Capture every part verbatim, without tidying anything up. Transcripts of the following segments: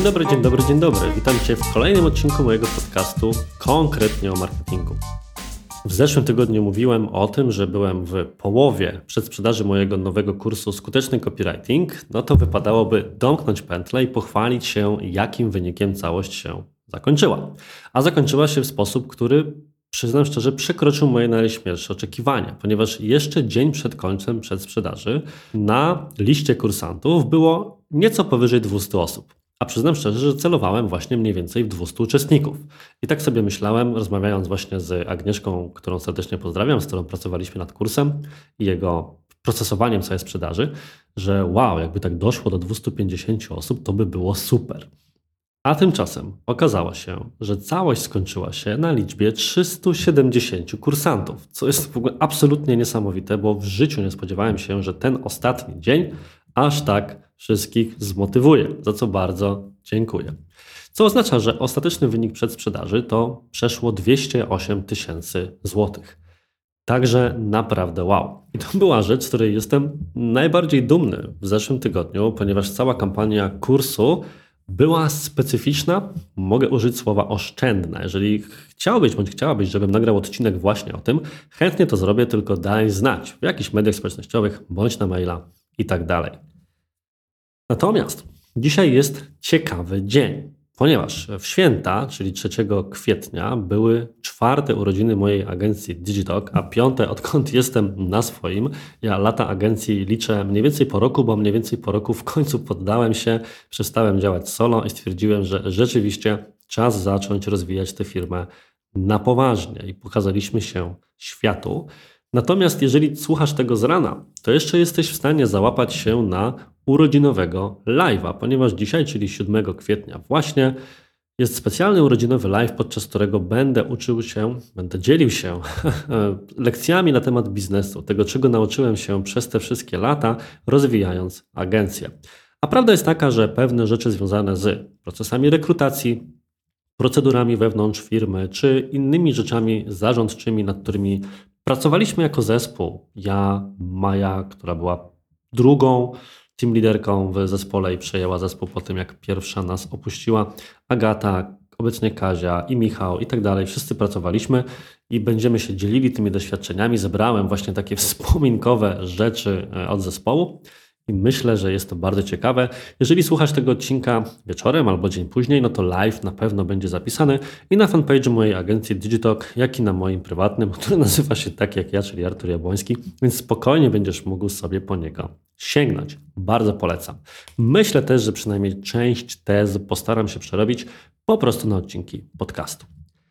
dobry, dzień dobry, dzień dobry. Witam Cię w kolejnym odcinku mojego podcastu konkretnie o marketingu. W zeszłym tygodniu mówiłem o tym, że byłem w połowie przedsprzedaży mojego nowego kursu Skuteczny Copywriting. No to wypadałoby domknąć pętlę i pochwalić się, jakim wynikiem całość się zakończyła. A zakończyła się w sposób, który, przyznam szczerze, przekroczył moje najśmielsze oczekiwania, ponieważ jeszcze dzień przed końcem przedsprzedaży na liście kursantów było nieco powyżej dwieście osób. A przyznam szczerze, że celowałem właśnie mniej więcej w dwieście uczestników. I tak sobie myślałem, rozmawiając właśnie z Agnieszką, którą serdecznie pozdrawiam, z którą pracowaliśmy nad kursem i jego procesowaniem całej sprzedaży, że wow, jakby tak doszło do dwieście pięćdziesiąt osób, to by było super. A tymczasem okazało się, że całość skończyła się na liczbie trzystu siedemdziesięciu kursantów, co jest w ogóle absolutnie niesamowite, bo w życiu nie spodziewałem się, że ten ostatni dzień aż tak wszystkich zmotywuje, za co bardzo dziękuję. Co oznacza, że ostateczny wynik przedsprzedaży to przeszło dwieście osiem tysięcy złotych. Także naprawdę wow. I to była rzecz, z której jestem najbardziej dumny w zeszłym tygodniu, ponieważ cała kampania kursu była specyficzna, mogę użyć słowa oszczędna. Jeżeli chciałbyś bądź chciałabyś, żebym nagrał odcinek właśnie o tym, chętnie to zrobię, tylko daj znać w jakichś mediach społecznościowych, bądź na maila i tak dalej. Natomiast dzisiaj jest ciekawy dzień, ponieważ w święta, czyli trzeciego kwietnia, były czwarte urodziny mojej agencji Digitalk, a piąte odkąd jestem na swoim. Ja lata agencji liczę mniej więcej po roku, bo mniej więcej po roku w końcu poddałem się, przestałem działać solo i stwierdziłem, że rzeczywiście czas zacząć rozwijać tę firmę na poważnie i pokazaliśmy się światu. Natomiast jeżeli słuchasz tego z rana, to jeszcze jesteś w stanie załapać się na urodzinowego live'a, ponieważ dzisiaj, czyli siódmego kwietnia właśnie, jest specjalny urodzinowy live, podczas którego będę uczył się, będę dzielił się lekcjami na temat biznesu, tego czego nauczyłem się przez te wszystkie lata, rozwijając agencję. A prawda jest taka, że pewne rzeczy związane z procesami rekrutacji, procedurami wewnątrz firmy, czy innymi rzeczami zarządczymi, nad którymi pracowaliśmy jako zespół. Ja, Maja, która była drugą team liderką w zespole i przejęła zespół po tym, jak pierwsza nas opuściła, Agata, obecnie Kazia i Michał i tak dalej. Wszyscy pracowaliśmy i będziemy się dzielili tymi doświadczeniami. Zebrałem właśnie takie wspominkowe rzeczy od zespołu i myślę, że jest to bardzo ciekawe. Jeżeli słuchasz tego odcinka wieczorem albo dzień później, no to live na pewno będzie zapisany i na fanpage'u mojej agencji Digitalk, jak i na moim prywatnym, który nazywa się tak jak ja, czyli Artur Jabłoński, więc spokojnie będziesz mógł sobie po niego sięgnąć. Bardzo polecam. Myślę też, że przynajmniej część tez postaram się przerobić po prostu na odcinki podcastu.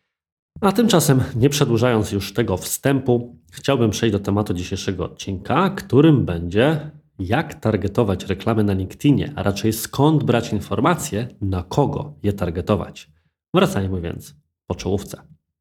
A tymczasem, nie przedłużając już tego wstępu, chciałbym przejść do tematu dzisiejszego odcinka, którym będzie jak targetować reklamy na LinkedInie, a raczej skąd brać informacje, na kogo je targetować. Wracajmy więc po czołówce.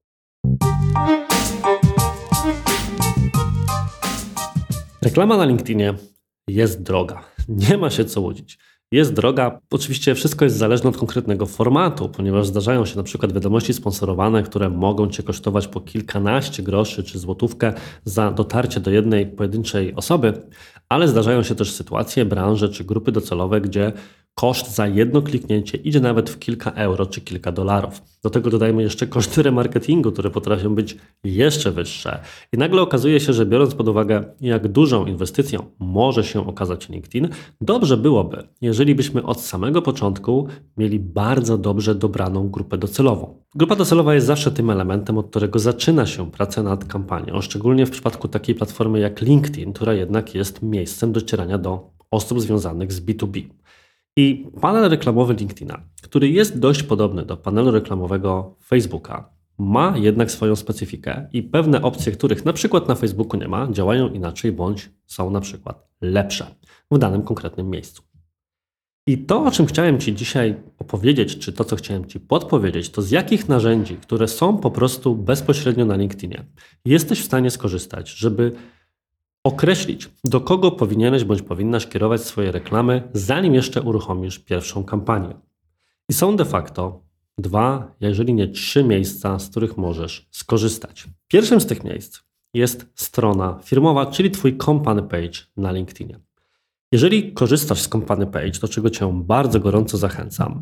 Reklama na LinkedInie jest droga. Nie ma się co łudzić. Jest droga, oczywiście wszystko jest zależne od konkretnego formatu, ponieważ zdarzają się na przykład wiadomości sponsorowane, które mogą Cię kosztować po kilkanaście groszy czy złotówkę za dotarcie do jednej pojedynczej osoby, ale zdarzają się też sytuacje, branże czy grupy docelowe, gdzie koszt za jedno kliknięcie idzie nawet w kilka euro czy kilka dolarów. Do tego dodajmy jeszcze koszty remarketingu, które potrafią być jeszcze wyższe. I nagle okazuje się, że biorąc pod uwagę, jak dużą inwestycją może się okazać LinkedIn, dobrze byłoby, jeżeli byśmy od samego początku mieli bardzo dobrze dobraną grupę docelową. Grupa docelowa jest zawsze tym elementem, od którego zaczyna się praca nad kampanią, szczególnie w przypadku takiej platformy jak LinkedIn, która jednak jest miejscem docierania do osób związanych z B dwa B. I panel reklamowy LinkedIna, który jest dość podobny do panelu reklamowego Facebooka, ma jednak swoją specyfikę i pewne opcje, których na przykład na Facebooku nie ma, działają inaczej bądź są na przykład lepsze w danym konkretnym miejscu. I to, o czym chciałem Ci dzisiaj opowiedzieć, czy to, co chciałem Ci podpowiedzieć, to z jakich narzędzi, które są po prostu bezpośrednio na LinkedInie, jesteś w stanie skorzystać, żeby określić, do kogo powinieneś bądź powinnaś kierować swoje reklamy, zanim jeszcze uruchomisz pierwszą kampanię. I są de facto dwa, jeżeli nie trzy miejsca, z których możesz skorzystać. Pierwszym z tych miejsc jest strona firmowa, czyli Twój company page na LinkedInie. Jeżeli korzystasz z company page, do czego Cię bardzo gorąco zachęcam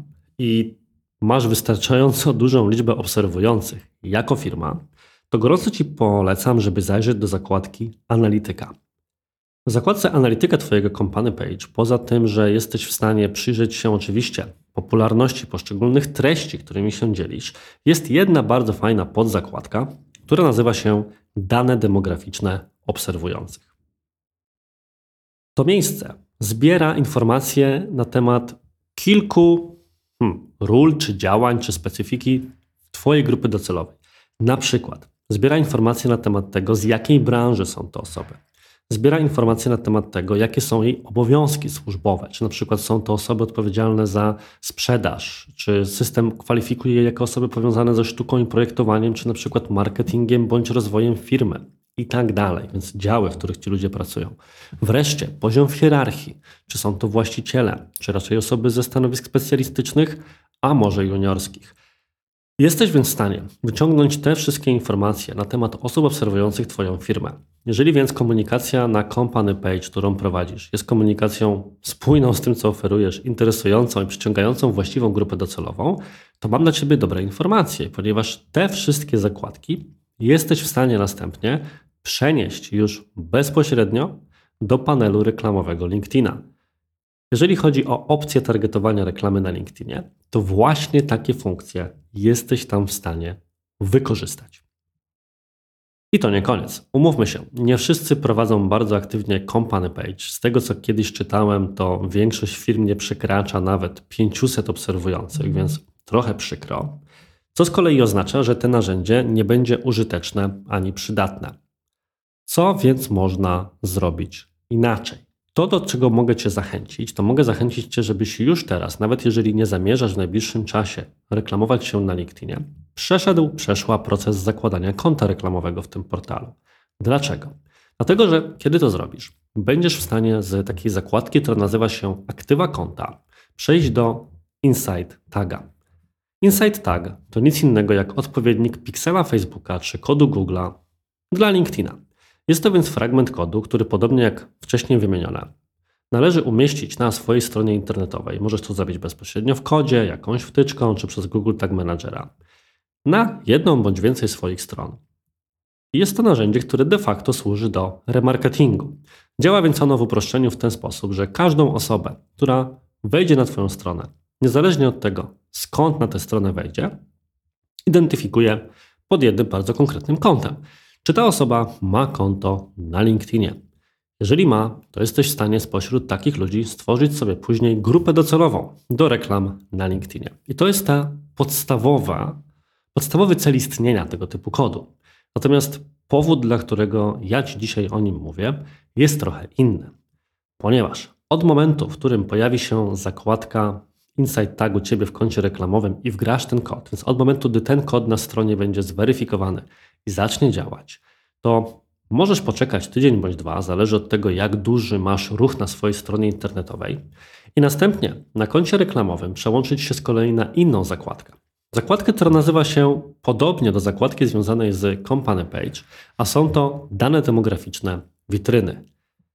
i masz wystarczająco dużą liczbę obserwujących jako firma, to gorąco Ci polecam, żeby zajrzeć do zakładki Analityka. W zakładce Analityka Twojego Company Page, poza tym, że jesteś w stanie przyjrzeć się oczywiście popularności poszczególnych treści, którymi się dzielisz, jest jedna bardzo fajna podzakładka, która nazywa się Dane demograficzne obserwujących. To miejsce zbiera informacje na temat kilku hmm, ról, czy działań, czy specyfiki Twojej grupy docelowej. Na przykład zbiera informacje na temat tego, z jakiej branży są to osoby. Zbiera informacje na temat tego, jakie są jej obowiązki służbowe, czy na przykład są to osoby odpowiedzialne za sprzedaż, czy system kwalifikuje je jako osoby powiązane ze sztuką i projektowaniem, czy na przykład marketingiem bądź rozwojem firmy i tak dalej, więc działy, w których ci ludzie pracują. Wreszcie poziom w hierarchii, czy są to właściciele, czy raczej osoby ze stanowisk specjalistycznych, a może juniorskich. Jesteś więc w stanie wyciągnąć te wszystkie informacje na temat osób obserwujących Twoją firmę. Jeżeli więc komunikacja na Company Page, którą prowadzisz, jest komunikacją spójną z tym, co oferujesz, interesującą i przyciągającą właściwą grupę docelową, to mam dla Ciebie dobre informacje, ponieważ te wszystkie zakładki jesteś w stanie następnie przenieść już bezpośrednio do panelu reklamowego LinkedIna. Jeżeli chodzi o opcję targetowania reklamy na LinkedInie, to właśnie takie funkcje jesteś tam w stanie wykorzystać. I to nie koniec. Umówmy się, nie wszyscy prowadzą bardzo aktywnie Company Page. Z tego, co kiedyś czytałem, to większość firm nie przekracza nawet pięciuset obserwujących, więc trochę przykro. Co z kolei oznacza, że to narzędzie nie będzie użyteczne ani przydatne. Co więc można zrobić inaczej? To, do czego mogę Cię zachęcić, to mogę zachęcić Cię, żebyś już teraz, nawet jeżeli nie zamierzasz w najbliższym czasie reklamować się na LinkedInie, przeszedł, przeszła proces zakładania konta reklamowego w tym portalu. Dlaczego? Dlatego, że kiedy to zrobisz, będziesz w stanie z takiej zakładki, która nazywa się Aktywa konta, przejść do Insight Taga. Insight Tag to nic innego jak odpowiednik piksela Facebooka czy kodu Google'a dla LinkedIna. Jest to więc fragment kodu, który podobnie jak wcześniej wymienione, należy umieścić na swojej stronie internetowej. Możesz to zrobić bezpośrednio w kodzie, jakąś wtyczką czy przez Google Tag Managera na jedną bądź więcej swoich stron. Jest to narzędzie, które de facto służy do remarketingu. Działa więc ono w uproszczeniu w ten sposób, że każdą osobę, która wejdzie na Twoją stronę, niezależnie od tego, skąd na tę stronę wejdzie, identyfikuje pod jednym bardzo konkretnym kątem. Czy ta osoba ma konto na LinkedInie? Jeżeli ma, to jesteś w stanie spośród takich ludzi stworzyć sobie później grupę docelową do reklam na LinkedInie. I to jest ta podstawowa, podstawowy cel istnienia tego typu kodu. Natomiast powód, dla którego ja Ci dzisiaj o nim mówię, jest trochę inny. Ponieważ od momentu, w którym pojawi się zakładka Insight Tag u Ciebie w koncie reklamowym i wgrasz ten kod, więc od momentu, gdy ten kod na stronie będzie zweryfikowany i zacznie działać, to możesz poczekać tydzień bądź dwa, zależy od tego, jak duży masz ruch na swojej stronie internetowej i następnie na koncie reklamowym przełączyć się z kolei na inną zakładkę. Zakładkę, która nazywa się podobnie do zakładki związanej z Company Page, a są to dane demograficzne witryny.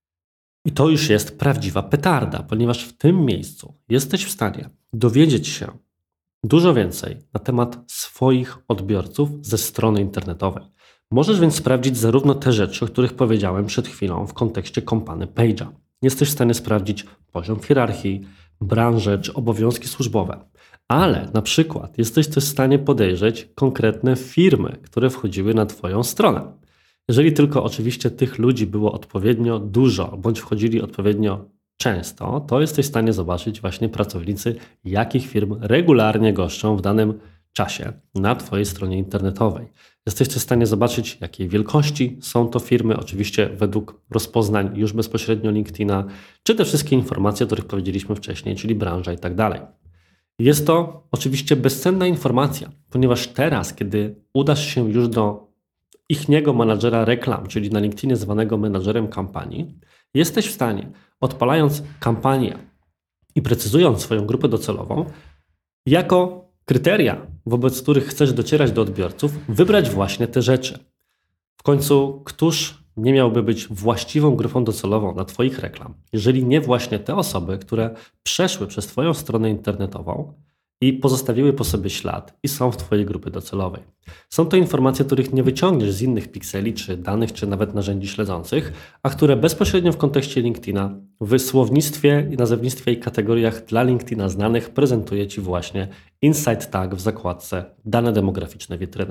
I to już jest prawdziwa petarda, ponieważ w tym miejscu jesteś w stanie dowiedzieć się dużo więcej na temat swoich odbiorców ze strony internetowej. Możesz więc sprawdzić zarówno te rzeczy, o których powiedziałem przed chwilą w kontekście Company Page'a. Jesteś w stanie sprawdzić poziom hierarchii, branżę czy obowiązki służbowe. Ale na przykład jesteś też w stanie podejrzeć konkretne firmy, które wchodziły na Twoją stronę. Jeżeli tylko oczywiście tych ludzi było odpowiednio dużo, bądź wchodzili odpowiednio często, to jesteś w stanie zobaczyć właśnie pracownicy, jakich firm regularnie goszczą w danym czasie na Twojej stronie internetowej. Jesteś też w stanie zobaczyć, jakiej wielkości są to firmy, oczywiście według rozpoznań już bezpośrednio LinkedIna, czy te wszystkie informacje, o których powiedzieliśmy wcześniej, czyli branża i tak dalej. Jest to oczywiście bezcenna informacja, ponieważ teraz, kiedy udasz się już do ichniego menadżera reklam, czyli na LinkedInie zwanego menadżerem kampanii, jesteś w stanie, odpalając kampanię i precyzując swoją grupę docelową, jako kryteria, wobec których chcesz docierać do odbiorców, wybrać właśnie te rzeczy. W końcu, któż nie miałby być właściwą grupą docelową dla Twoich reklam, jeżeli nie właśnie te osoby, które przeszły przez Twoją stronę internetową i pozostawiły po sobie ślad i są w Twojej grupie docelowej. Są to informacje, których nie wyciągniesz z innych pikseli, czy danych, czy nawet narzędzi śledzących, a które bezpośrednio w kontekście LinkedIna, w słownictwie i nazewnictwie i kategoriach dla LinkedIna znanych prezentuje Ci właśnie Insight Tag w zakładce Dane demograficzne witryny.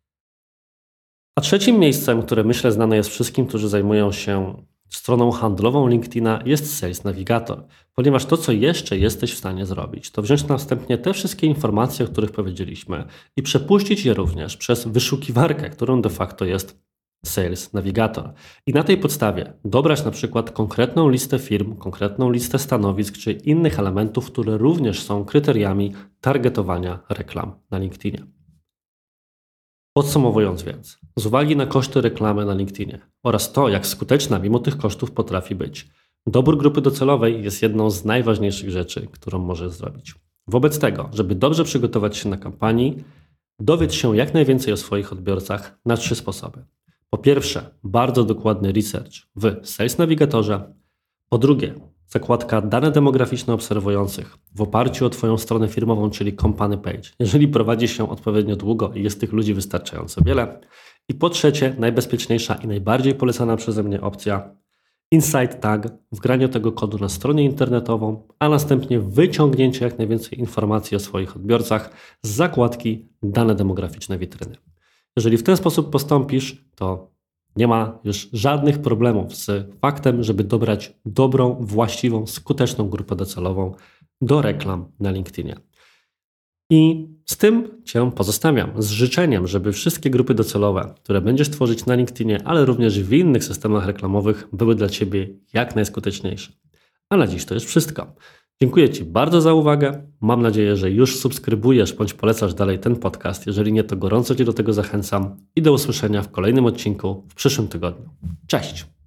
A trzecim miejscem, które myślę znane jest wszystkim, którzy zajmują się stroną handlową LinkedIna, jest Sales Navigator, ponieważ to, co jeszcze jesteś w stanie zrobić, to wziąć następnie te wszystkie informacje, o których powiedzieliśmy i przepuścić je również przez wyszukiwarkę, którą de facto jest Sales Navigator. I na tej podstawie dobrać na przykład konkretną listę firm, konkretną listę stanowisk czy innych elementów, które również są kryteriami targetowania reklam na LinkedInie. Podsumowując więc, z uwagi na koszty reklamy na LinkedInie oraz to, jak skuteczna mimo tych kosztów potrafi być, dobór grupy docelowej jest jedną z najważniejszych rzeczy, którą możesz zrobić. Wobec tego, żeby dobrze przygotować się na kampanii, dowiedz się jak najwięcej o swoich odbiorcach na trzy sposoby. Po pierwsze, bardzo dokładny research w Sales Navigatorze. Po drugie, zakładka Dane demograficzne obserwujących w oparciu o Twoją stronę firmową, czyli company page, jeżeli prowadzi się odpowiednio długo i jest tych ludzi wystarczająco wiele. I po trzecie, najbezpieczniejsza i najbardziej polecana przeze mnie opcja Insight Tag, wgranie tego kodu na stronę internetową, a następnie wyciągnięcie jak najwięcej informacji o swoich odbiorcach z zakładki Dane demograficzne witryny. Jeżeli w ten sposób postąpisz, to nie ma już żadnych problemów z faktem, żeby dobrać dobrą, właściwą, skuteczną grupę docelową do reklam na LinkedInie. I z tym Cię pozostawiam, z życzeniem, żeby wszystkie grupy docelowe, które będziesz tworzyć na LinkedInie, ale również w innych systemach reklamowych, były dla Ciebie jak najskuteczniejsze. A na dziś to już wszystko. Dziękuję Ci bardzo za uwagę. Mam nadzieję, że już subskrybujesz bądź polecasz dalej ten podcast. Jeżeli nie, to gorąco Cię do tego zachęcam i do usłyszenia w kolejnym odcinku w przyszłym tygodniu. Cześć!